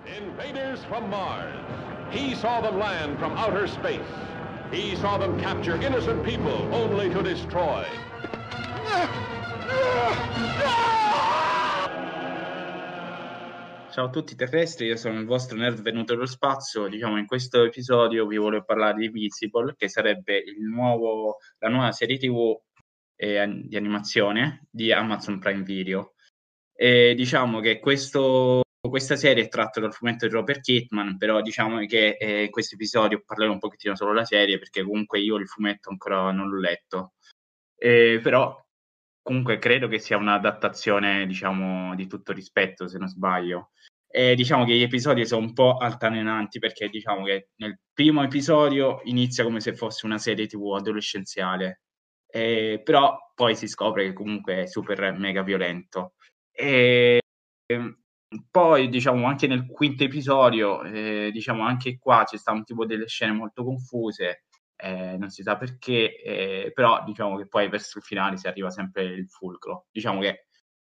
Invaders from Mars. He saw them land from outer space. He saw them capture innocent people only to destroy. Ciao a tutti terrestri, io sono il vostro nerd venuto dallo spazio. Diciamo, in questo episodio vi voglio parlare di Invincible, che sarebbe la nuova serie TV di animazione di Amazon Prime Video. E diciamo che questa serie è tratta dal fumetto di Robert Kirkman, però diciamo che in questo episodio parlerò un pochettino solo della serie, perché comunque io il fumetto ancora non l'ho letto. Però comunque credo che sia un'adattazione, diciamo, di tutto rispetto, se non sbaglio. E diciamo che gli episodi sono un po' altalenanti, perché diciamo che nel primo episodio inizia come se fosse una serie TV adolescenziale, però poi si scopre che comunque è super mega violento. E poi diciamo anche nel quinto episodio, diciamo anche qua ci stanno tipo delle scene molto confuse. Non si sa perché, però diciamo che poi verso il finale si arriva sempre il fulcro. Diciamo che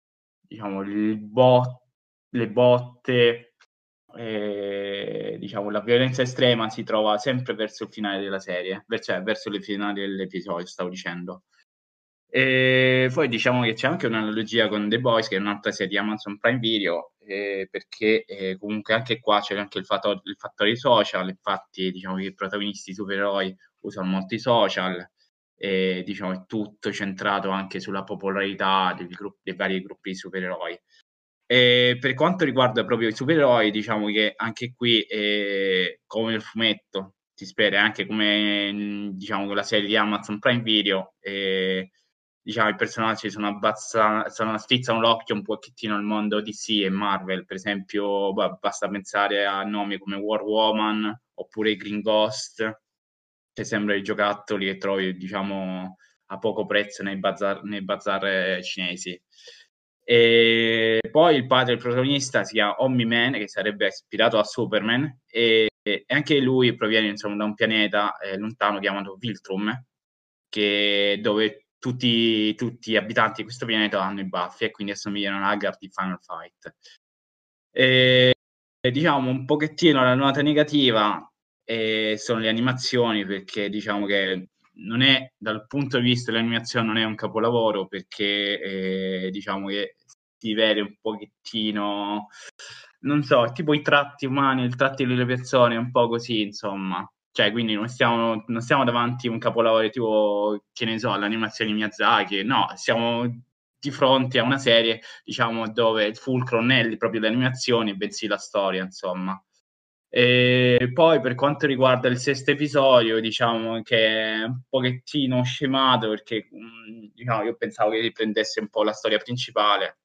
le botte, diciamo la violenza estrema si trova sempre verso il finale della serie, cioè verso il finale dell'episodio, stavo dicendo. E poi diciamo che c'è anche un'analogia con The Boys, che è un'altra serie di Amazon Prime Video, perché comunque anche qua c'è anche il fattore social. Infatti diciamo che i protagonisti supereroi usano molti social, e diciamo è tutto centrato anche sulla popolarità dei vari gruppi di supereroi. E per quanto riguarda proprio i supereroi, diciamo che anche qui, come il fumetto, si spera, anche come diciamo con la serie di Amazon Prime Video, diciamo i personaggi strizzano l'occhio un pochettino al mondo DC e Marvel. Per esempio, basta pensare a nomi come War Woman oppure Green Ghost, che sembra i giocattoli che trovi, diciamo, a poco prezzo nei bazar cinesi. E poi il padre del protagonista si chiama Omni-Man, che sarebbe ispirato a Superman, e anche lui proviene, insomma, da un pianeta lontano chiamato Viltrum, dove tutti gli abitanti di questo pianeta hanno i baffi e quindi assomigliano a Haggard di Final Fight. Diciamo un pochettino la nota negativa sono le animazioni, perché diciamo che non è, dal punto di vista dell'animazione, non è un capolavoro, perché diciamo che si vede un pochettino, non so, tipo i tratti umani, i tratti delle persone, un po' così, insomma. Cioè, quindi non stiamo davanti a un capolavoro tipo, che ne so, l'animazione di Miyazaki, no, siamo di fronte a una serie, diciamo, dove il fulcro non è proprio le animazioni, bensì la storia, insomma. E poi per quanto riguarda il sesto episodio, diciamo che è un pochettino scemato, perché diciamo, io pensavo che riprendesse un po' la storia principale,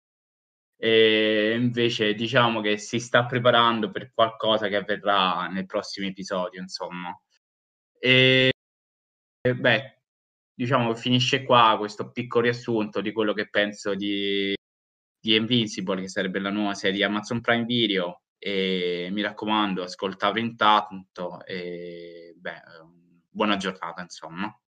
e invece diciamo che si sta preparando per qualcosa che avverrà nel prossimo episodio, insomma. E beh, diciamo che finisce qua questo piccolo riassunto di quello che penso di Invincible, che sarebbe la nuova serie di Amazon Prime Video. E mi raccomando, ascoltatelo intanto e buona giornata, insomma.